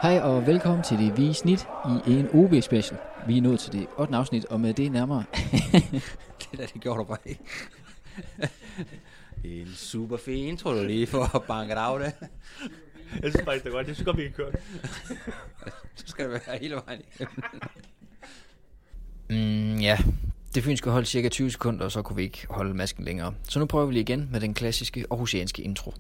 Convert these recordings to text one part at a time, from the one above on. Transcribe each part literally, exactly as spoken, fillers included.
Hej og velkommen til det hvide snit i en O B special. Vi er nået til det ottende afsnit, og med det nærmere... det der, det gjorde du bare ikke. En super fin intro, du lige for at banke af det. Jeg synes faktisk, det er godt. Jeg synes godt, vi kan køre. Så skal det være hele vejen igennem. mm, ja, det fynske holdt cirka tyve sekunder, og så kunne vi ikke holde masken længere. Så nu prøver vi lige igen med den klassiske aarhusianske intro.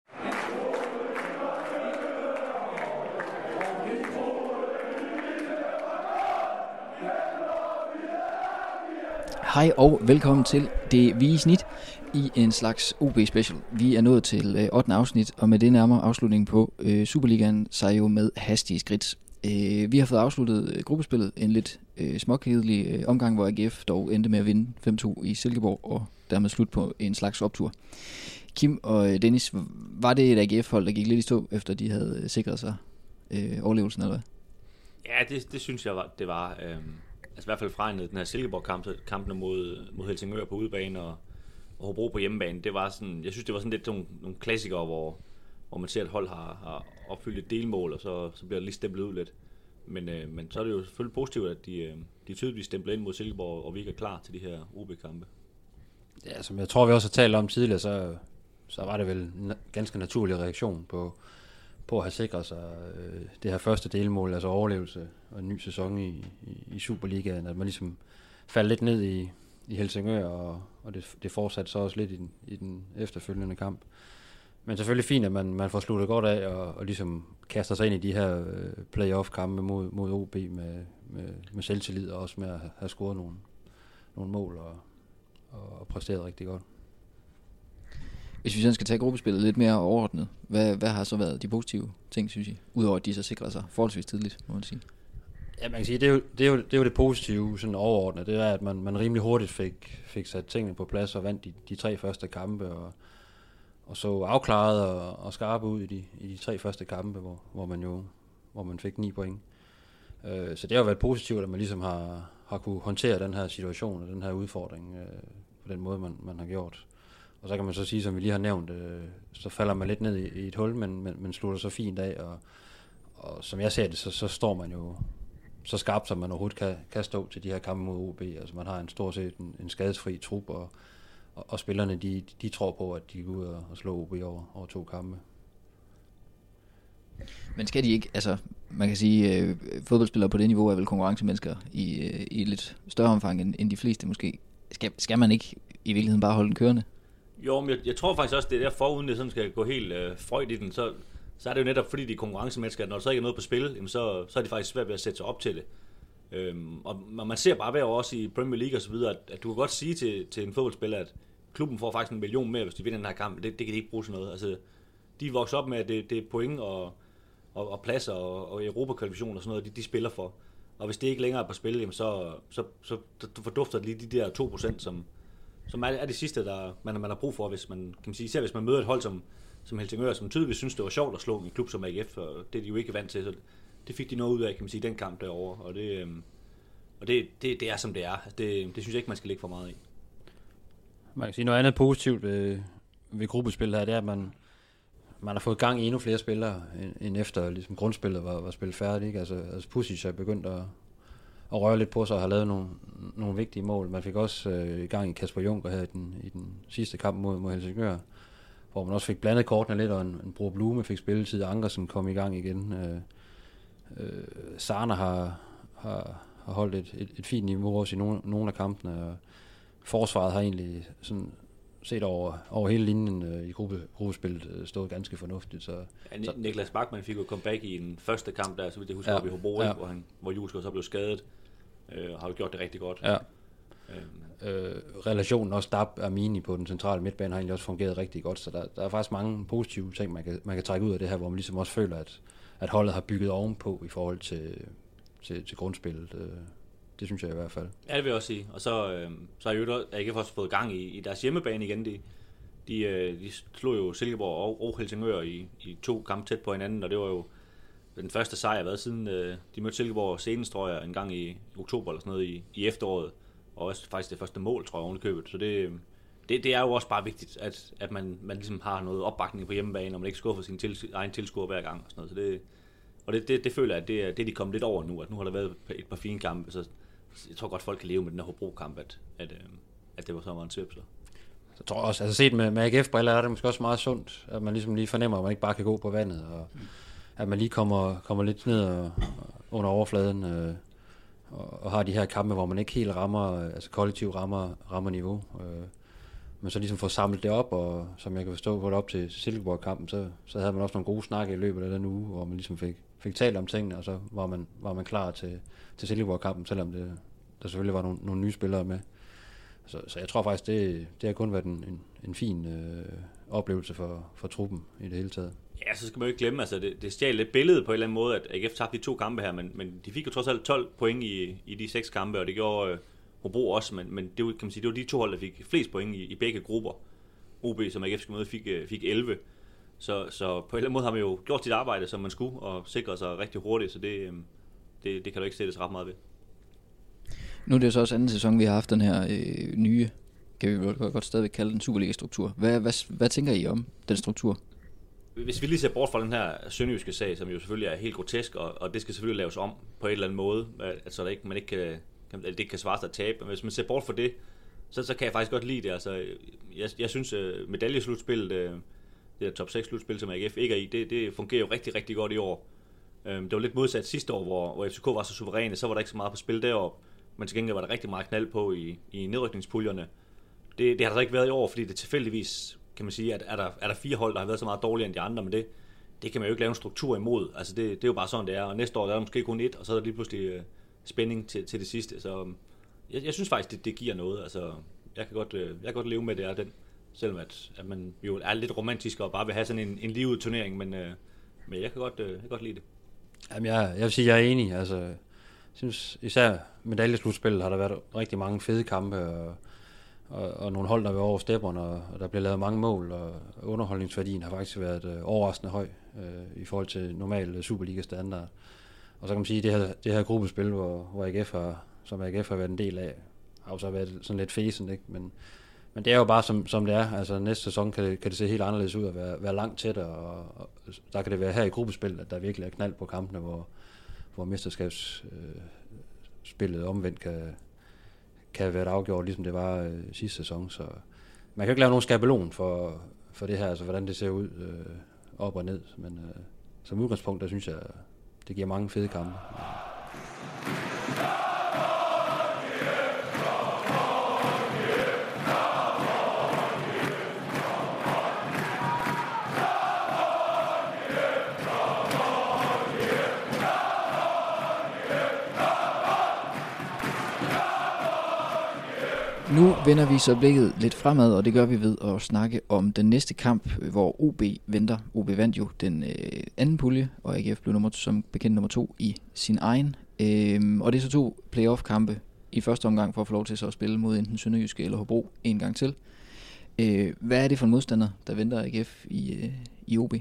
Hej og velkommen til det hvide snit i en slags O B special. Vi er nået til øh, ottende afsnit, og med det nærmere afslutningen på øh, Superligaen, så er jo med hastige skridt. Øh, vi har fået afsluttet øh, gruppespillet, en lidt øh, småkedelig øh, omgang, hvor A G F dog endte med at vinde fem to i Silkeborg, og dermed slut på en slags optur. Kim og øh, Dennis, var det et A G F-hold, der gik lidt i stå, efter de havde øh, sikret sig øh, overlevelsen, eller hvad? Ja, det, det synes jeg, var, det var... Øhm Altså i hvert fald fra den her Silkeborg-kamp, kampene mod, mod Helsingør på udebane og, og Hobro på hjemmebane, det var sådan, jeg synes, det var sådan lidt nogle, nogle klassikere, hvor, hvor man ser, at hold har, har opfyldt et delmål, og så, så bliver det lige stemplet ud lidt. Men, øh, men så er det jo selvfølgelig positivt, at de, øh, de tydeligvis stempler ind mod Silkeborg, og vi ikke er klar til de her O B-kampe. Ja, som jeg tror, vi også har talt om tidligere, så, så var det vel en ganske naturlig reaktion på, på at have sikret sig øh, det her første delmål, altså overlevelse og en ny sæson i, i, i Superligaen, at man ligesom faldt lidt ned i, i Helsingør, og, og det, det fortsatte så også lidt i den, i den efterfølgende kamp. Men selvfølgelig fint, at man, man får sluttet godt af, og, og ligesom kaster sig ind i de her øh, playoff-kampe mod, mod O B med, med, med selvtillid, og også med at have scoret nogle, nogle mål og, og, og præsteret rigtig godt. Hvis vi sådan skal tage gruppespillet lidt mere overordnet, hvad, hvad har så været de positive ting, synes I? Udover at de så sikrer sig forholdsvis tidligt, må man sige. Ja, man kan sige, det er jo det, er jo, det, er jo det positive sådan overordnet. Det er, at man, man rimelig hurtigt fik, fik sat tingene på plads og vandt de, de tre første kampe, og, og så afklaret og, og skarpe ud i de, i de tre første kampe, hvor, hvor man jo hvor man fik ni point. Uh, så det har jo været positivt, at man ligesom har, har kunne håndtere den her situation og den her udfordring uh, på den måde, man, man har gjort. Og så kan man så sige, som vi lige har nævnt, øh, så falder man lidt ned i, i et hul, men, men, men slutter så fint af, og, og som jeg ser det, så, så står man jo så skarpt, som man overhovedet kan, kan stå til de her kampe mod O B. Altså man har en stort set en, en skadesfri trup, og, og, og spillerne, de, de tror på, at de går ud og, og slår O B over, over to kampe. Men skal de ikke, altså man kan sige, øh, fodboldspillere på det niveau er vel konkurrencemennesker i, øh, i lidt større omfang end, end de fleste måske. Skal, skal man ikke i virkeligheden bare holde den kørende? Jo, men jeg, jeg tror faktisk også, det er derfor, uden det sådan skal gå helt øh, frøjt i den, så, så er det jo netop, fordi de er konkurrencemennesker, at når der så ikke er noget på spil, jamen så, så er de faktisk svært ved at sætte sig op til det. Øhm, og man ser bare hver år også i Premier League og så videre, at, at du kan godt sige til, til en fodboldspiller, at klubben får faktisk en million mere, hvis de vinder den her kamp. Det, det kan de ikke bruge til noget. Altså, de vokser op med, at det, det er point og, og, og pladser og, og Europa-kvalifikationer og sådan noget, de, de spiller for. Og hvis det ikke længere er på spil, jamen så, så, så, så fordufter lige de der to procent, som som er, er det sidste, der man, man har brug for, hvis man, kan man sige, især hvis man møder et hold som, som Helsingør, som tydeligvis synes, det var sjovt at slå en klub som A G F, og det er de jo ikke vant til, så det fik de noget ud af, kan man sige, den kamp derovre, og det, øhm, og det, det, det er som det er. Det, det synes jeg ikke, man skal lægge for meget i. Man kan sige, noget andet positivt ved, ved gruppespil her, det er, at man, man har fået gang i endnu flere spillere, end, end efter ligesom grundspillet var, var spillet færdigt, ikke? Altså, altså Pusic er begyndt at og røre lidt på sig og har lavet nogle, nogle vigtige mål. Man fik også øh, i gang i Kasper Juncker her i den, i den sidste kamp mod, mod Helsingør, hvor man også fik blandet kortene lidt, og en, en Bro Blume fik spilletid, Ankersen kom i gang igen. Øh, øh, Sarner har, har, har holdt et, et, et fint niveau også i nogle, nogle af kampene, og forsvaret har egentlig sådan set over, over hele linjen øh, i gruppe, gruppespillet øh, stået ganske fornuftigt. Så, ja, så Niklas Bachmann fik jo comeback i den første kamp der, så vidt jeg husker, ja, oppe i Hobro, ja, hvor, han, hvor Julesgaard så blev skadet, øh, har jo gjort det rigtig godt. Ja. Øh, relationen også Dab Amini på den centrale midtbane har egentlig også fungeret rigtig godt, så der, der er faktisk mange positive ting, man kan, man kan trække ud af det her, hvor man ligesom også føler, at, at holdet har bygget ovenpå i forhold til, til, til grundspillet. Øh, det synes jeg i hvert fald. Ja, det vil jeg også sige. Og så, øh, så har jeg jo A G F også fået gang i, i deres hjemmebane igen. De, de, øh, de slog jo Silkeborg og, og Helsingør i, i to kampe tæt på hinanden, og det var jo den første sejr, været siden øh, de mødte Silkeborg senest, tror jeg, en gang i, i oktober eller sådan noget i, i efteråret. Og også faktisk det første mål, tror jeg, oven i købet. Så det, det, det er jo også bare vigtigt, at, at man, man ligesom har noget opbakning på hjemmebane, og man ikke skuffer sin til, egen tilskuer hver gang. Og sådan noget. Så det, Og det, det, det føler jeg, at det er det, de kommet lidt over nu, at nu har der været et par fine kampe, så jeg tror godt, folk kan leve med den her Hobro-kamp, at, at, at det var så meget en svip, så. Jeg tror også, altså set med, med A G F-briller er det måske også meget sundt, at man ligesom lige fornemmer, at man ikke bare kan gå på vandet, og mm. at man lige kommer, kommer lidt ned og, og under overfladen, øh, og, og har de her kampe, hvor man ikke helt rammer, altså kollektivt rammer, rammer niveau, øh, men så ligesom får samlet det op, og som jeg kan forstå, på det op til Silkeborg-kampen, så, så havde man også nogle gode snakke i løbet af den uge, hvor man ligesom fik, fik talt om tingene, og så var man, var man klar til, til Silkeborg-kampen, selvom det, der selvfølgelig var nogle, nogle nye spillere med. Så, så jeg tror faktisk, det, det har kun været en, en, en fin øh, oplevelse for, for truppen i det hele taget. Ja, så skal man jo ikke glemme, altså det, det stjal lidt billedet på en eller anden måde, at A G F tabte de to kampe her, men, men de fik jo trods alt tolv point i, i de seks kampe, og det gjorde øh, Hobro også, men, men det, kan man sige, det var de to hold, der fik flest point i, i begge grupper. O B, som A G F skulle møde, fik, fik elleve. Så, så på en eller anden måde har man jo gjort sit arbejde, som man skulle, og sikret sig rigtig hurtigt, så det, det, det kan du ikke sættes ret meget ved. Nu er det jo så også anden sæson, vi har haft den her øh, nye, kan vi godt stadigvæk kalde den Superliga-struktur. Hvad, hvad, hvad tænker I om den struktur? Hvis vi lige ser bort fra den her sønderjyske sag, som jo selvfølgelig er helt grotesk, og, og det skal selvfølgelig laves om på en eller anden måde, altså der ikke, man ikke kan, kan, det ikke kan svare sig at tabe, men hvis man ser bort fra det, så, så kan jeg faktisk godt lide det. Altså, jeg, jeg synes, uh, medaljeslutspillet, uh, det der top seks slutspil, som A G F ikke er i, det, det fungerer jo rigtig, rigtig godt i år. Um, det var lidt modsat sidste år, hvor, hvor F C K var så suveræne, så var der ikke så meget på spil deroppe, men til gengæld var der rigtig meget knald på i, i nedrykningspuljerne. Det, det har der ikke været i år, fordi det tilfældigvis, kan man sige, at er der, er der fire hold, der har været så meget dårligere end de andre, men det, det kan man jo ikke lave en struktur imod. Altså det, det er jo bare sådan, det er, og næste år der er der måske kun et, og så er der lige pludselig uh, spænding til, til det sidste, så um, jeg, jeg synes faktisk, det, det giver noget. Altså, jeg kan godt, uh, jeg kan godt leve med det, er den, selvom at, at man jo er lidt romantisk og bare vil have sådan en, en livet turnering, men, uh, men jeg, kan godt, uh, jeg kan godt lide det. Jamen jeg, jeg vil sige, jeg er enig, altså jeg synes især medaljeslutspillet har der været rigtig mange fede kampe, og Og, og nogle hold, der var over stepperne, og, og der blev lavet mange mål, og underholdningsværdien har faktisk været øh, overraskende høj øh, i forhold til normal Superliga-standard. Og så kan man sige, at det her, det her gruppespil, hvor, hvor A G F har, som A G F har været en del af, har jo så været sådan lidt fæsent, ikke? Men, men det er jo bare som, som det er. Altså næste sæson kan det, kan det se helt anderledes ud og være, være langt tættere, og, og der kan det være her i gruppespillet, at der virkelig er knald på kampene, hvor, hvor mesterskabsspillet øh, omvendt kan kan være afgjort, ligesom det var øh, sidste sæson, så man kan ikke lave nogen skabelon for, for det her, altså hvordan det ser ud øh, op og ned, men øh, som udgangspunkt, der synes jeg, det giver mange fede kampe. Nu vender vi så blikket lidt fremad, og det gør vi ved at snakke om den næste kamp, hvor O B venter. O B vandt jo den øh, anden pulje, og A G F blev nummer, som bekendt nummer to i sin egen. Øhm, og det er så to playoff-kampe i første omgang for at få lov til så at spille mod enten Sønderjyske eller Hobro en gang til. Øh, hvad er det for en modstander, der venter A G F i, øh, i O B?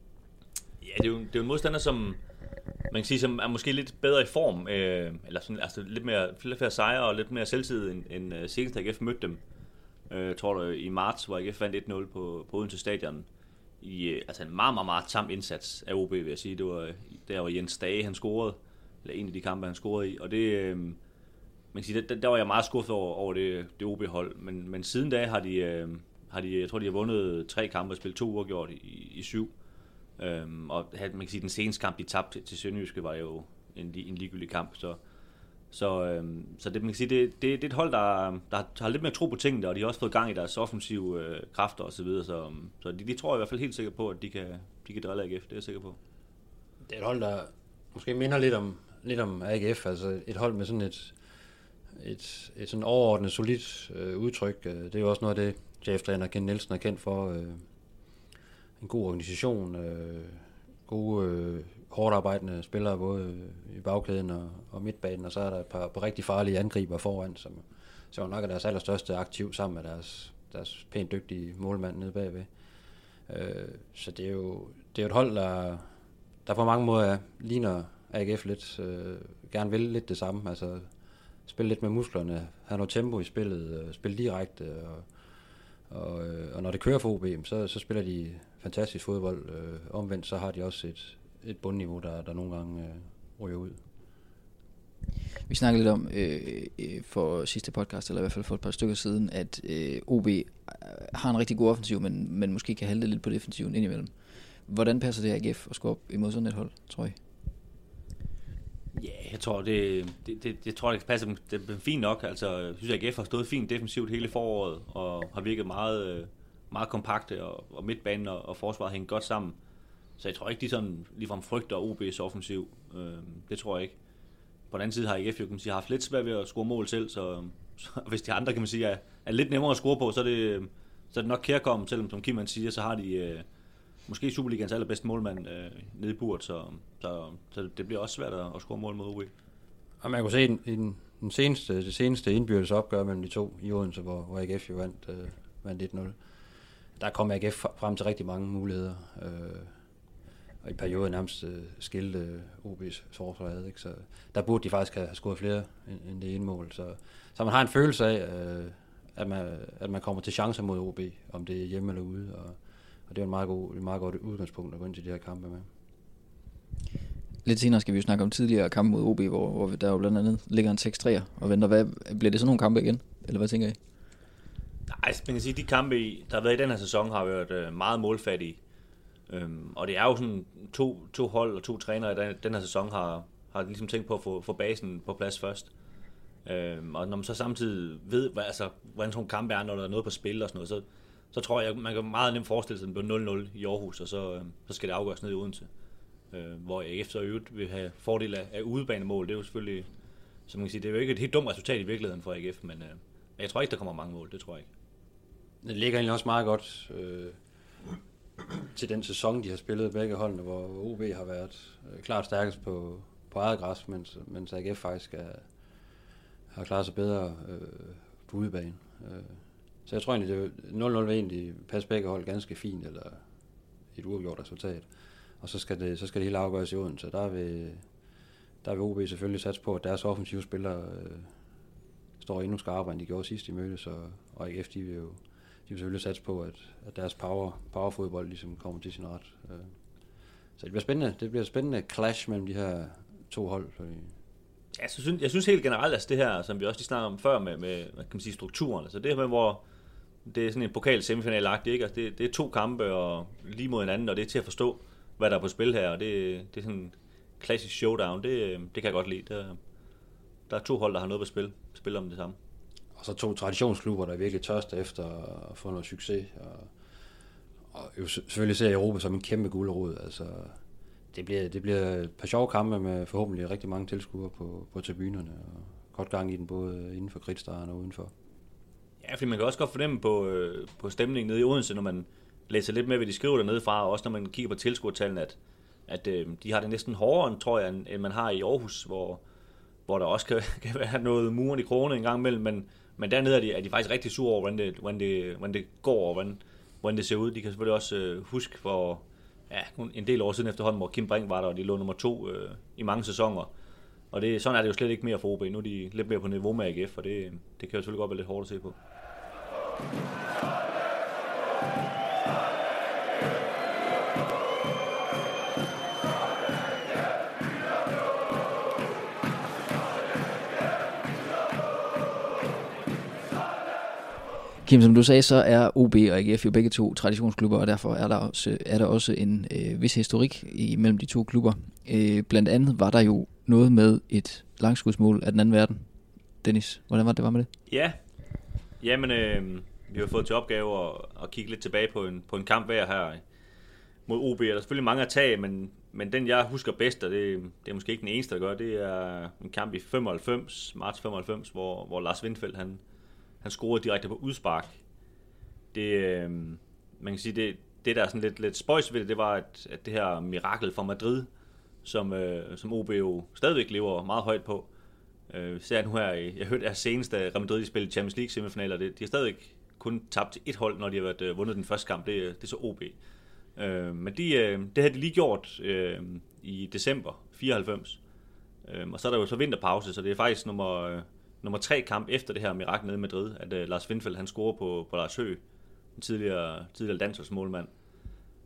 Ja, det er jo, det er jo en modstander, som man kan sige, som er måske lidt bedre i form, øh, eller sådan, altså lidt mere, lidt flere sejre og lidt mere selvtid, end, end uh, senest A G F mødte dem. Øh, jeg tror det i marts, hvor A G F vandt et nul på, på Odense Stadion. I, øh, altså en meget, meget, meget tam indsats af O B, vil jeg sige. Det var der, hvor Jens Dage, han scorede, eller en af de kampe, han scorede i. Og det, øh, man kan sige, der, der var jeg meget skuffet over, over det, det O B-hold. Men, men siden da har de, øh, har de, jeg tror, de har vundet tre kampe og spillet to uafgjort i, i syv. Øhm, og man kan sige, den seneste kamp, de tabte til, til Sønderjyske, var jo en, en ligegyldig kamp. Så, så, øhm, så det, man kan sige, det, det, det er et hold, der, der har lidt mere tro på tingene, og de har også fået gang i deres offensive øh, kræfter osv. Så, videre, så, så de, de tror jeg i hvert fald helt sikkert på, at de kan, de kan drille A G F, det er jeg sikker på. Det er et hold, der måske minder lidt om, lidt om A G F, altså et hold med sådan et, et, et sådan overordnet, solidt øh, udtryk. Det er jo også noget af det, cheftræner Ken Nielsen er kendt for. Øh, en god organisation, øh, gode, øh, hårdt arbejdende spillere, både i bagkæden og, og midtbanen, og så er der et par, par rigtig farlige angriber foran, som, som nok er deres allerstørste aktiv sammen med deres, deres pænt dygtige målmand nede bagved. Øh, så det er jo det er jo et hold, der, der på mange måder ligner A G F lidt, øh, gerne vil lidt det samme, altså spille lidt med musklerne, have noget tempo i spillet, øh, spille direkte, og Og, og når det kører for O B, så, så spiller de fantastisk fodbold. Øh, omvendt så har de også et, et bundniveau, der, der nogle gange øh, ryger ud. Vi snakkede lidt om øh, for sidste podcast, eller i hvert fald for et par stykker siden, at øh, O B har en rigtig god offensiv, men, men måske kan halde lidt på defensiven indimellem. Hvordan passer det A G F at score op imod sådan et hold, tror jeg? Ja, yeah, jeg tror, det, det, det, det tror jeg, det passer dem, det er fint nok. Altså, jeg synes, at A G F har stået fint defensivt hele foråret, og har virket meget, meget kompakte, og, og midtbanen og, og forsvaret hænger godt sammen. Så jeg tror ikke, de sådan ligefrem frygter O B's offensiv. Øh, det tror jeg ikke. På den anden side har A G F jo, kan man sige, haft lidt svært ved at score mål selv, så, så hvis de andre, kan man sige, er, er lidt nemmere at score på, så er det, så er det nok kærkommen, selvom som Kim siger, så har de øh, måske Superligans allerbedste målmand øh, nede i burt, så, så, så det bliver også svært at, at score mål mod O B. Og man kunne se i den, den seneste, det seneste indbyrdes opgør mellem de to i Odense, hvor, hvor A G F jo vandt, øh, vandt et nul. Der kom A G F frem til rigtig mange muligheder, øh, og i perioden nærmest øh, skilte O B's forsvar, ikke? Så der burde de faktisk have scoret flere end, end det ene mål. Så, så man har en følelse af, øh, at, man, at man kommer til chancer mod O B, om det er hjemme eller ude, og, og det er en meget god, et meget godt udgangspunkt at gå ind til de her kampe med. Lidt senere skal vi jo snakke om tidligere kampe mod O B, hvor, hvor der jo blandt andet ligger en seks treer og venter. Hvad, bliver det sådan nogle kampe igen? Eller hvad tænker I? Nej, man kan sige, at de kampe, der har været i den her sæson, har været meget målfattige. Øhm, og det er jo sådan, to, to hold og to trænere i den, den her sæson har, har ligesom tænkt på at få, få basen på plads først. Øhm, og når man så samtidig ved, hvad, altså, hvordan sådan nogle kampe er, når der er noget på spil og sådan noget, så, så tror jeg, man kan meget nemt forestille sig, at det bliver nul nul i Aarhus, og så, øhm, så skal det afgøres ned i Odense. Øh, hvor A G F så i øvrigt vil have fordel af, af udebanemål. Det er jo selvfølgelig, som man kan sige, det er jo ikke et helt dumt resultat i virkeligheden for A G F, men øh, jeg tror ikke, der kommer mange mål, det tror jeg ikke. Det ligger egentlig også meget godt øh, til den sæson, de har spillet begge holdene, hvor O B har været øh, klart stærkest på, på eget græs, mens, mens A G F faktisk er, har klaret sig bedre øh, på udebane. Øh, så jeg tror egentlig, det nul nul vil egentlig passe begge hold ganske fint, eller et uafgjort resultat. Og så skal det, så skal det hele afgøres i Odense. Der vil, der vil O B selvfølgelig satse på, at deres offensive spillere øh, står endnu skarpere, end de gjorde sidst i mødtes, og, og A G F, de vil jo de vil selvfølgelig satse på, at, at deres power, powerfodbold ligesom kommer til sin ret. Øh. Så det bliver spændende. Det bliver et spændende clash mellem de her to hold. Fordi Ja, så synes, jeg synes helt generelt, at det her, som vi også lige snakkede om før med, med hvad kan man sige, strukturen, altså det her med, hvor det er sådan en pokal semifinal-agtig, ikke? Altså det, det er to kampe og lige mod hinanden, og det er til at forstå, hvad der er på spil her, og det, det er sådan en klassisk showdown, det, det kan jeg godt lide. Der, der er to hold, der har noget på spil, spiller om det samme. Og så to traditionsklubber, der er virkelig tørste efter at få noget succes, og, og jo selvfølgelig ser Europa som en kæmpe gulerod. Altså, det bliver, det bliver et par sjove kampe med forhåbentlig rigtig mange tilskuere på, på tribunerne, og godt gang i den både inden for kridtstaren og udenfor. Ja, fordi man kan også godt fornemme på, øh, på stemningen nede i Odense, når man læser lidt med, hvad de skriver dernede fra, og også når man kigger på tilskuertallene, at, at øh, de har det næsten hårdere, tror jeg, end, end man har i Aarhus, hvor, hvor der også kan, kan være noget muren i krone en gang imellem, men, men dernede er de, er de faktisk rigtig sure over, hvordan det, hvordan det, hvordan det går, og hvordan, hvordan det ser ud. De kan selvfølgelig også øh, huske, for ja, en del år siden efterhånden, hvor Kim Brink var der, og de lå nummer to øh, i mange sæsoner. Og det, sådan er det jo slet ikke mere for O B. Nu er de lidt mere på niveau med A G F, og det, det kan jo selvfølgelig godt være lidt hårdt at se på. Kim, som du sagde, så er O B og A G F jo begge to traditionsklubber, og derfor er der også, er der også en øh, vis historik imellem de to klubber. Øh, blandt andet var der jo noget med et langskudsmål af den anden verden. Dennis, hvordan var det, det var med det? Ja, jamen øh, vi har fået til opgave at, at kigge lidt tilbage på en, på en kamp hver her mod O B. Der er selvfølgelig mange at tage, men, men den jeg husker bedst, og det, det er måske ikke den eneste, der gør, det er en kamp i femoghalvfems, marts femoghalvfems, hvor, hvor Lars Windfeldt, han Han scorede direkte på udspark. Det, øh, man kan sige, det, det der er sådan lidt, lidt spøjs ved det, det var, at, at det her mirakel fra Madrid, som, øh, som O B jo stadigvæk lever meget højt på. Øh, ser nu her, jeg hørte her senest, da Real Madrid spillede Champions League semifinaler, det, de har stadigvæk kun tabt til et hold, når de har været, øh, vundet den første kamp, det, det er så O B. Øh, men de, øh, det havde de lige gjort øh, i december fireoghalvfems. Øh, og så er der jo så vinterpause, så det er faktisk nummer... Øh, nummer tre kamp efter det her mirakel nede i Madrid, at uh, Lars Windfeldt han scorer på, på Lars Høgh, en tidligere, tidligere landsholdsmålmand.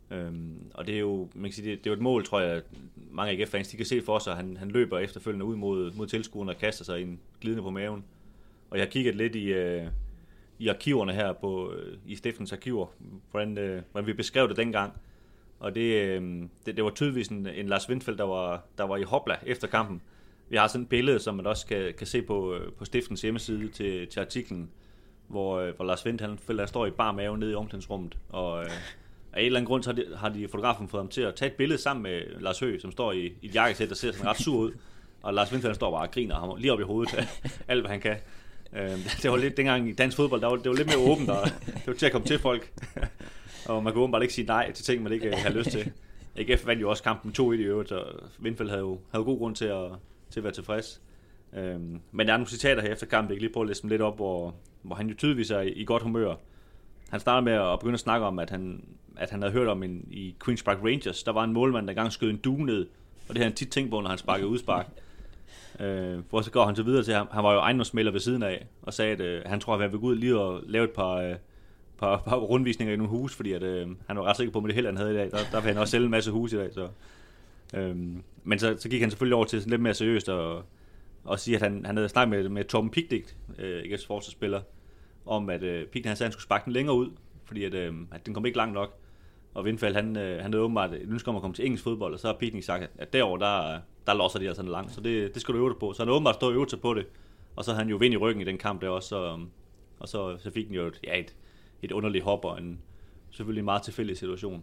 Øhm, og det er jo, man kan sige, det, det er jo et mål, tror jeg, mange A G F-fans, de kan se for sig, han, han løber efterfølgende ud mod, mod tilskuerne og kaster sig en glidende på maven. Og jeg har kigget lidt i, øh, i arkiverne her, på, øh, i Stiftens arkiver, hvordan, øh, hvordan vi beskrev det dengang. Og det, øh, det, det var tydeligvis en, en Lars Windfeldt, der var, der var i hopla efter kampen. Vi har sådan et billede, som man også kan, kan se på, på Stiftens hjemmeside til, til artiklen, hvor, hvor Lars Windfeldt, der står i bar mave nede i omklædningsrummet, og øh, af en eller anden grund, så har de, har de fotografen fået ham til at tage et billede sammen med Lars Høgh, som står i, i et jakkesæt, der ser sådan ret sur ud, og Lars Windfeldt står bare og griner ham lige op i hovedet af alt, hvad han kan. Øh, det var lidt, dengang i dansk fodbold, der var, det var lidt mere åbent, og det var til at komme til folk, og man kunne åbenbart ikke sige nej til ting, man ikke har lyst til. A G F vandt jo også kampen to et i øvrigt, og Windfeldt havde jo havde god grund til at, til at være tilfreds. Øhm, men der er nogle citater her efter kampen, jeg kan lige prøve at læse dem lidt op, hvor, hvor han jo tydeligvis er i, i godt humør. Han starter med at begynde at snakke om, at han, at han havde hørt om en, i Queen's Park Rangers, der var en målmand, der engang skød en due ned, og det havde han tit tænkt på, når han sparkede udspark. Øh, hvor så går han så videre til ham. Han var jo ejendomsmælder ved siden af, og sagde, at øh, han tror, at han vil gå ud lige og lave et par, øh, par, par rundvisninger i nogle hus, fordi at, øh, han var ret sikker på, med det held, han havde i dag. Der, der vil han også sælge en masse hus i dag. Så. Øh, men så, så gik han selvfølgelig over til lidt mere seriøst og, og sige, at han, han havde snakket med, med Torben Pigdik, øh, A G F's forsvarsspiller, om at øh, Pigdik han sagde, at han skulle sparke den længere ud, fordi at, øh, at den kom ikke langt nok. Og Windfeldt, han, øh, han havde åbenbart et ønske om at komme til engelsk fodbold, og så har Pigdik sagt, at, at derovre, der, der losser de altså langt, så det, det skal du øve dig på. Så han åbenbart stod og øvede sig på det, og så havde han jo vind i ryggen i den kamp der også, og, og så, så fik han jo et, ja, et, et underligt hop og en selvfølgelig en meget tilfældig situation.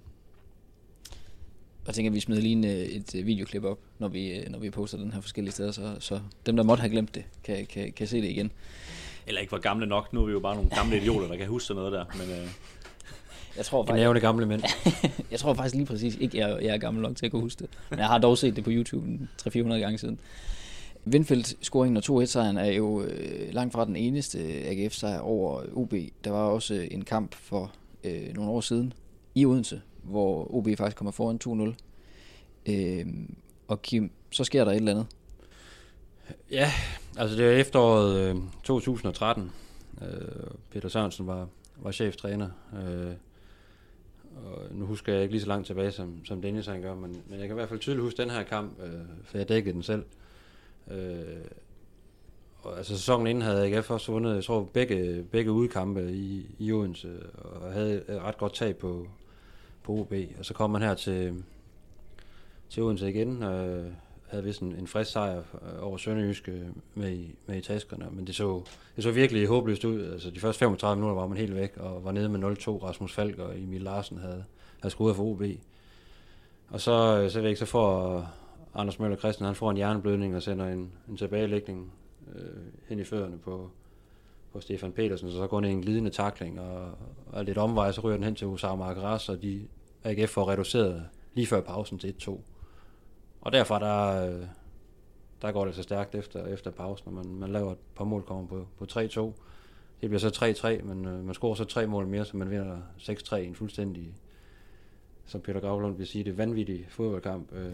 Jeg tænker, at vi smider lige en, et videoklip op, når vi, når vi poster den her forskellige steder, så, så dem, der måtte have glemt det, kan, kan, kan se det igen. Eller ikke var gamle nok, nu er vi jo bare nogle gamle idioter, der kan huske sådan noget der, men... Øh... Jeg tror faktisk, nævne gamle mænd. jeg tror faktisk lige præcis ikke, jeg, jeg er gammel nok til at kunne huske det. Men jeg har dog set det på YouTube tre til fire hundrede gange siden. Windfeldt-scoringen og to et-sejren er jo øh, langt fra den eneste A G F-sejr over O B. Der var også en kamp for øh, nogle år siden i Odense, hvor O B faktisk kommer foran to nul. Øh, og Kim, så sker der et eller andet. Ja, altså det er efteråret øh, to tusind og tretten. Øh, Peter Sørensen var, var cheftræner. Øh, og nu husker jeg ikke lige så langt tilbage, som, som Dennis han gør, men, men jeg kan i hvert fald tydeligt huske den her kamp, øh, for jeg dækkede den selv. Øh, og altså sæsonen inden havde A G F også vundet, jeg tror, begge, begge udkampe i, i Odense, og havde et ret godt tag på, på O B. Og så kom man her til, til Odense igen, og havde vist en, en frisk sejr over Sønderjyske med i, med i taskerne, men det så, det så virkelig håbløst ud. Altså de første femogtredive minutter var man helt væk, og var nede med nul to. Rasmus Falk og Emil Larsen havde, havde skruet for O B. Og så, så væk så får Anders Møller Christen, han får en hjerneblødning og sender en, en tilbagelægning øh, hen i fødderne på, på Stefan Petersen, så så går han i en glidende tackling, og, og lidt omvej, så ryger den hen til Osama Akras, og de A G F får reduceret lige før pausen til et to. Og derfra, der, der går det så stærkt efter, efter pausen, når man, man laver et par mål, kommer på, på tre to. Det bliver så tre tre, men øh, man scorer så tre mål mere, så man vinder seks tre i en fuldstændig, som Peter Gravlund vil sige, det vanvittige fodboldkamp. Øh.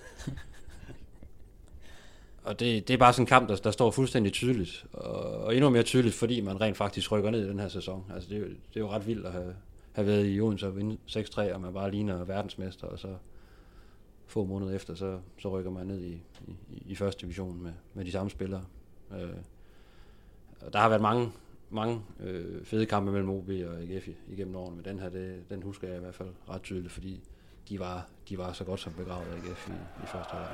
Og det, det er bare sådan en kamp, der, der står fuldstændig tydeligt, og, og endnu mere tydeligt, fordi man rent faktisk rykker ned i den her sæson. Altså det, er jo, det er jo ret vildt at have, have været i Odense og vinde seks tre, og man bare ligner verdensmester, og så få måneder efter, så, så rykker man ned i, i, i første division med, med de samme spillere. Øh, der har været mange, mange øh, fede kampe mellem O B og A G F igennem årene, men den her, det, den husker jeg i hvert fald ret tydeligt, fordi de var, de var så godt som begravet af A G F i, i første halvleg.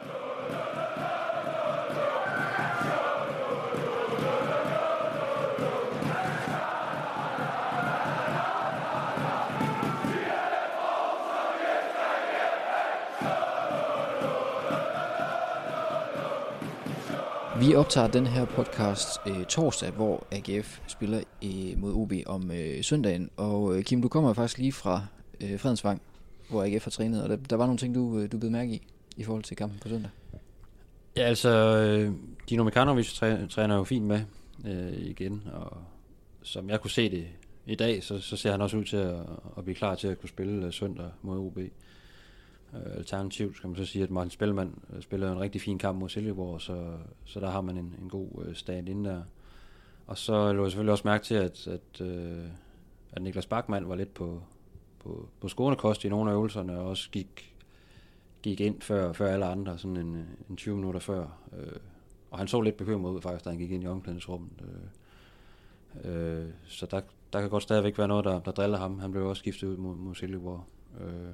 Vi optager den her podcast øh, torsdag, hvor A G F spiller øh, mod O B om øh, søndagen. Og øh, Kim, du kommer faktisk lige fra øh, Fredensvang, hvor A G F har trænet, og der, der var nogle ting, du, øh, du bed mærke i, i forhold til kampen på søndag. Ja, altså, øh, Dino Mekanovic træ, træner jo fint med øh, igen, og som jeg kunne se det i dag, så, så ser han også ud til at, at blive klar til at kunne spille øh, søndag mod O B. Alternativt skal man så sige, at Martin Spellmann spiller en rigtig fin kamp mod Silkeborg, så, så der har man en, en god stand inde der. Og så lå jeg selvfølgelig også mærke til, at, at, at Niklas Bachmann var lidt på, på, på skånekost i nogle af øvelserne, og også gik, gik ind før, før alle andre, sådan en, en tyve minutter før. Øh, og han så lidt bekymret ud faktisk, da han gik ind i omklædningsrummet. Øh, øh, så der, der kan godt stadigvæk være noget, der, der driller ham. Han blev også skiftet ud mod, mod Silkeborg. Øh,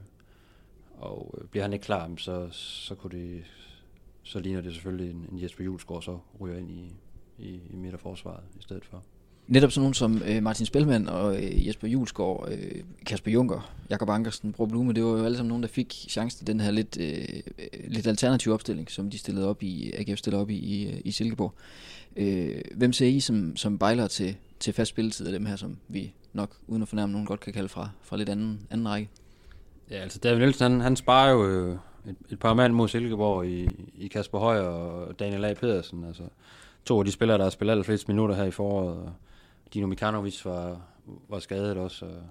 og bliver han ikke klar, så, så, kunne det, så ligner det selvfølgelig en, en Jesper Hjulsgaard, så ryger ind i, i, i midterforsvaret i stedet for. Netop sådan nogen som øh, Martin Spellmann og øh, Jesper Hjulsgaard, øh, Kasper Junker, Jakob Ankersen, Bro Blume, det var jo alle sammen nogen, der fik chance til den her lidt, øh, lidt alternative opstilling, som de stillede op i, A G F stillede op i, i, i Silkeborg. Øh, hvem ser I som, som bejler til, til fast spilletid af dem her, som vi nok, uden at fornærme nogen, godt kan kalde fra, fra lidt anden, anden række? Ja, altså David Nielsen, han, han sparer jo øh, et, et par mand mod Silkeborg i, i Kasper Høj og Daniel A. Pedersen, altså to af de spillere, der har spillet allerflest minutter her i foråret, og Dino Mikanovic var, var skadet også, og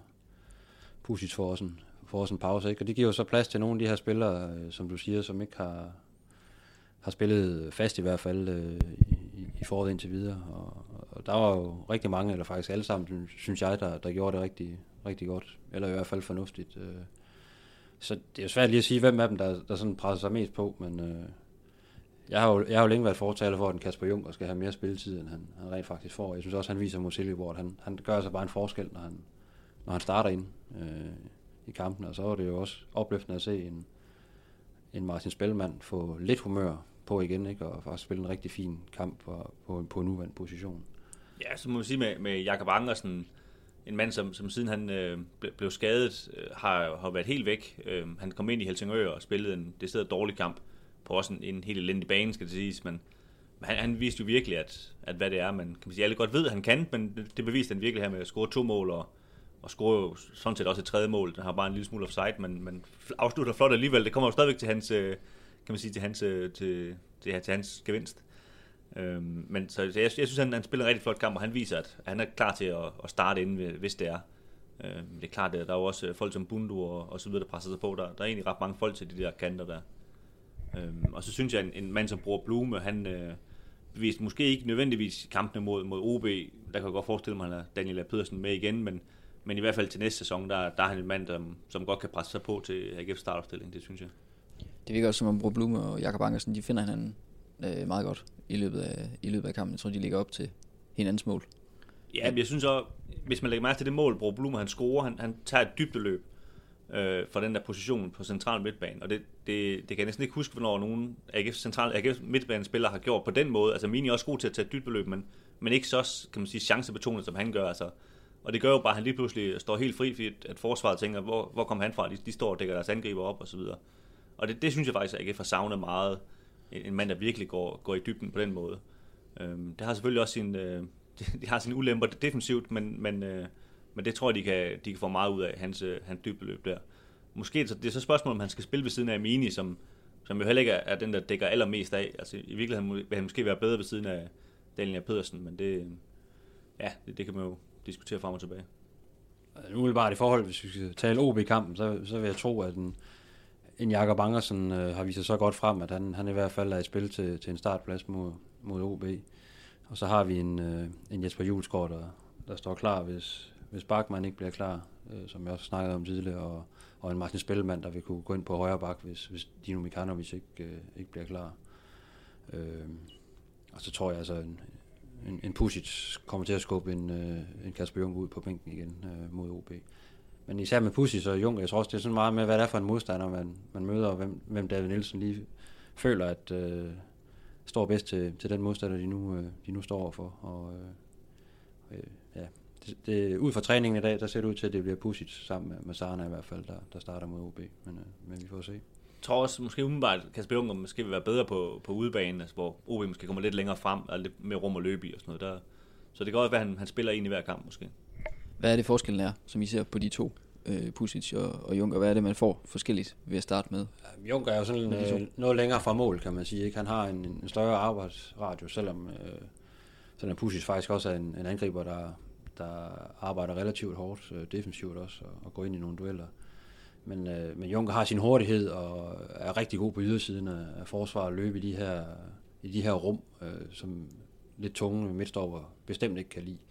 Pusic får også en, får også en pause, ikke? Og det giver jo så plads til nogle af de her spillere, øh, som du siger, som ikke har, har spillet fast i hvert fald øh, i, i foråret indtil videre, og, og der var jo rigtig mange, eller faktisk alle sammen, synes jeg, der, der gjorde det rigtig, rigtig godt, eller i hvert fald fornuftigt. Øh. Så det er jo svært lige at sige, hvem af dem, der, der sådan presser sig mest på, men øh, jeg, har jo, jeg har jo længe været fortaler for, at en Kasper Junker skal have mere spilletid, end han, han rent faktisk får. Jeg synes også, han viser mod Silkeborg, at han, han gør sig bare en forskel, når han, når han starter ind øh, i kampen, og så er det jo også opløftende at se en, en Martin Spellmann få lidt humør på igen, ikke? Og faktisk spille en rigtig fin kamp på, på, på en uvandt position. Ja, så må man sige med, med Jakob Ankersen, en mand, som, som siden han øh, blev skadet, øh, har, har været helt væk. Øh, han kom ind i Helsingør og spillede en decideret dårlig kamp på også en, en helt elendig bane, skal det siges, men han, han viste jo virkelig, at, at hvad det er, man kan man sige, alle godt ved, at han kan, men det, det beviste han virkelig her med at score to mål, og, og score jo sådan set også et tredje mål. Den har bare en lille smule offside, men, men afslutter flot alligevel. Det kommer jo stadigvæk til hans, kan man sige, til hans, til, til, til hans gevinst. Øhm, men så jeg, jeg synes, han, han spiller en rigtig flot kamp, og han viser, at han er klar til at, at starte inden, hvis det er. Øhm, det er klart, at der er jo også folk som Bundu og, og så videre, der presser sig på. Der, der er egentlig ret mange folk til de der kanter der. Øhm, og så synes jeg, en, en mand som Bro Blume, han øh, beviste måske ikke nødvendigvis kampene mod, mod O B. Der kan jeg godt forestille mig, at han er Daniel A. Pedersen med igen, men, men i hvert fald til næste sæson, der, der er han en mand, der, som godt kan presse sig på til A G F startopstilling, det synes jeg. Det virker også som om Bro Blume og Jakob Ankersen, de finder hinanden øh, meget godt i løbet af, i løbet af kampen. Jeg tror, de ligger op til hinandens mål. Ja, men jeg synes også, hvis man lægger mærke til det mål, Bro Blume, han scorer, han, han tager et dybdeløb øh, fra den der position på central midtbane, og det, det, det kan jeg næsten ikke huske, hvornår nogen A G F central A G F midtbanespillere har gjort på den måde. Altså Mini er også god til at tage et dybdeløb, men, men ikke så, kan man sige, chancebetonet, som han gør. Altså. Og det gør jo bare, at han lige pludselig står helt fri, fordi at forsvaret tænker, hvor, hvor kommer han fra? De, de står og dækker deres angriber op, og så videre. Og det, det synes jeg faktisk, at A G F har savnet meget. En, en mand, der virkelig går, går i dybden på den måde. Øhm, det har selvfølgelig også sin, øh, de har sine ulemper defensivt, men, men, øh, men det tror jeg, de kan, de kan få meget ud af, hans, øh, hans dybdeløb der. Måske det er så spørgsmålet, om han skal spille ved siden af Mini, som, som jo heller ikke er den, der dækker allermest af. Altså i virkeligheden vil han måske være bedre ved siden af Daniel A. Pedersen, men det, ja, det, det kan man jo diskutere frem og tilbage. Umiddelbart i forhold, hvis vi skal tale O B-kampen, så, så vil jeg tro, at en, en Jakob Ankersen øh, har vist sig så godt frem, at han, han i hvert fald er i spil til, til en startplads mod, mod O B. Og så har vi en, øh, en Jesper Hjulsgaard, der, der står klar, hvis, hvis Bachmann ikke bliver klar, øh, som jeg også snakkede om tidligere, og, og en Martin Spellmann, der vil kunne gå ind på højre bak, hvis, hvis Dino Mikanovic ikke, øh, ikke bliver klar. Øh, og så tror jeg altså, en, en, en Pusic kommer til at skubbe en, øh, en Kasper Junker ud på bænken igen øh, mod O B. Men især med Pusic og Junker, jeg tror også, det er sådan meget med, hvad det er for en modstander, man, man møder, og hvem, hvem David Nielsen lige føler, at øh, står bedst til, til den modstander, de nu, øh, de nu står overfor. Og øh, øh, ja, det, det, ud fra træningen i dag, der ser det ud til, at det bliver Pusic sammen med, med Sarna i hvert fald, der, der starter mod O B. Men, øh, men vi får se. Jeg tror også, måske umiddelbart, at Kasper Junker måske vil være bedre på, på udebanen, altså, hvor O B måske kommer lidt længere frem, og lidt mere rum at løbe i og sådan noget. Der, så det kan også være, at han, han spiller ind i hver kamp måske. Hvad er det forskellen er, som I ser på de to, øh, Pusic og, og Junker? Hvad er det, man får forskelligt ved at starte med? Junker er jo sådan øh, noget længere fra mål, kan man sige. Ikke? Han har en, en større arbejdsradius, selvom, øh, selvom Pusic faktisk også er en, en angriber, der, der arbejder relativt hårdt, øh, defensivt også, og, og går ind i nogle dueller. Men, øh, men Junker har sin hurtighed og er rigtig god på ydersiden af, af forsvaret og løbe i de her, i de her rum, øh, som lidt tunge midtstopper bestemt ikke kan lide.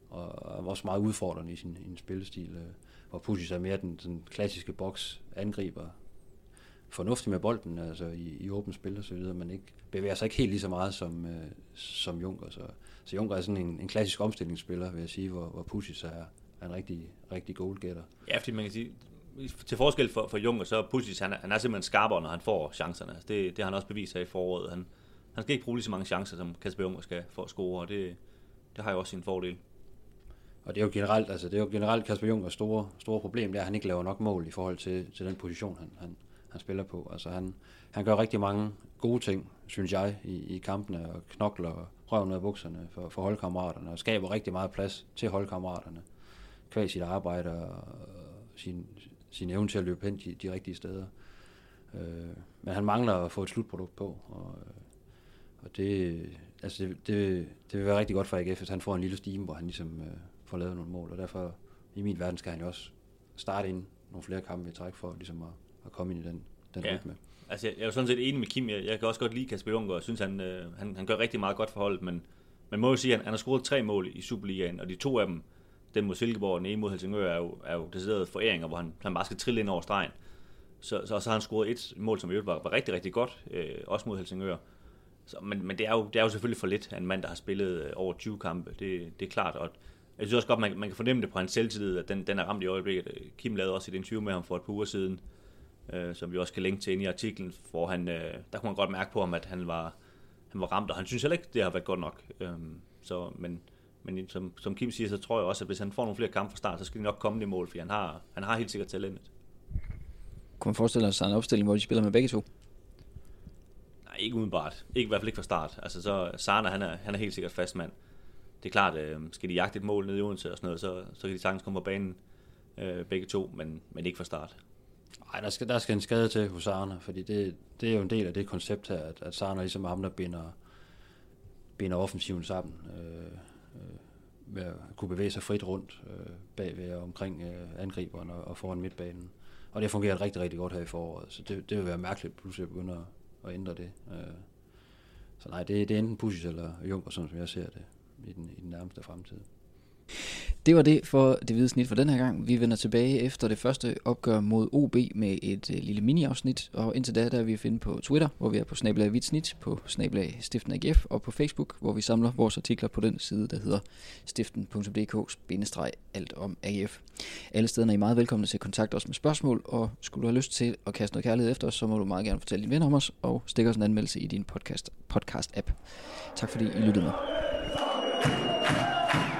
og, og også meget udfordrende i sin, i sin spillestil, øh, hvor Pusic er mere den, den klassiske boks angriber, fornuftig med bolden, altså i, i åbent spil og så videre, men ikke, bevæger sig ikke helt lige så meget som, øh, som Junker. Så, så Junker er sådan en, en klassisk omstillingsspiller, vil jeg sige, hvor, hvor Pusic er, er en rigtig, rigtig goalgetter. Ja, fordi man kan sige, til forskel for, for Junker, så Pusic, han, han er simpelthen skarpere, når han får chancerne. Det, det har han også bevist her i foråret. Han, han skal ikke bruge lige så mange chancer, som Kasper Junker skal for at score, og det, det har jo også sin fordel. Og det er jo generelt, altså det er jo generelt Kasper Junkers store, store problem, det er, at han ikke laver nok mål i forhold til, til den position, han, han, han spiller på. Altså han, han gør rigtig mange gode ting, synes jeg, i, i kampene, og knokler røven af bukserne for, for holdkammeraterne, og skaber rigtig meget plads til holdkammeraterne, kvæg sit arbejde og sin, sin evne til at løbe hen de, de rigtige steder. Øh, men han mangler at få et slutprodukt på, og, og det, altså det, det, det vil være rigtig godt for A G F, hvis han får en lille stime, hvor han ligesom øh, får lavet nogle mål, og derfor i min verden skal han jo også starte ind nogle flere kampe i træk for ligesom at, at komme ind i den, den ja. rytme. Altså, jeg, jeg er jo sådan set enig med Kim. Jeg, jeg kan også godt lide Kasper Junker, og synes, han, øh, han, han gør rigtig meget godt for holdet, men man må jo sige, at han, han har scoret tre mål i Superligaen, og de to af dem, den mod Silkeborg og den ene mod Helsingør, er jo, er jo deciderede foræringer, hvor han, han bare skal trille ind over stregen. Så, så, så har han scoret et mål, som i øvrigt var, var rigtig, rigtig godt, øh, også mod Helsingør. Så, men men det, er jo, det er jo selvfølgelig for lidt af en mand, der har spillet øh, over tyve kampe. Det, det er klart, og jeg synes også godt, man, man kan fornemme det på hans selvtillid, at den, den er ramt i øjeblikket. Kim lavede også et interview med ham for et par uger siden, øh, som vi også kan linke til inde i artiklen, hvor han, øh, der kunne man godt mærke på ham, at han var, han var ramt, og han synes heller ikke, det har været godt nok. Øh, så, men men som, som Kim siger, så tror jeg også, at hvis han får nogle flere kampe fra start, så skal de nok komme i mål, fordi han har, han har helt sikkert talentet. Kunne man forestille sig en opstilling, hvor de spiller med begge to? Nej, ikke umiddelbart. Ikke i hvert fald ikke fra start. Altså så Sarna, han er, han er helt sikkert fast mand. Det er klart, øh, skal de jagte et mål ned i Odense og sådan noget, så, så kan de sagtens komme på banen øh, begge to, men, men ikke fra start. Nej, der skal, der skal en skade til hos Sarna, fordi det, det er jo en del af det koncept her, at, at Sarna ligesom er ham, der binder, binder offensiven sammen, øh, øh, ved at kunne bevæge sig frit rundt øh, bagved og omkring øh, angriberen og, og foran midtbanen. Og det fungerer rigtig, rigtig godt her i foråret, så det, det vil være mærkeligt pludselig at begynde at, at ændre det. Øh, så nej, det, det er enten Pusic eller Junker, sådan som jeg ser det i den, i den nærmeste fremtid. Det var det for det hvide snit for den her gang. Vi vender tilbage efter det første opgør mod O B med et øh, lille mini-afsnit, og indtil da der er vi at finde på Twitter, hvor vi er på snabel-a hvidt snit, på snabel-a stiften A G F, og på Facebook, hvor vi samler vores artikler på den side, der hedder stiften punktum d k bindestreg alt om A G F. Alle stederne er I meget velkomne til at kontakte os med spørgsmål, og skulle du have lyst til at kaste noget kærlighed efter os, så må du meget gerne fortælle dine venner om os, og stikke os en anmeldelse i din podcast, podcast-app. Tak fordi I lyttede med.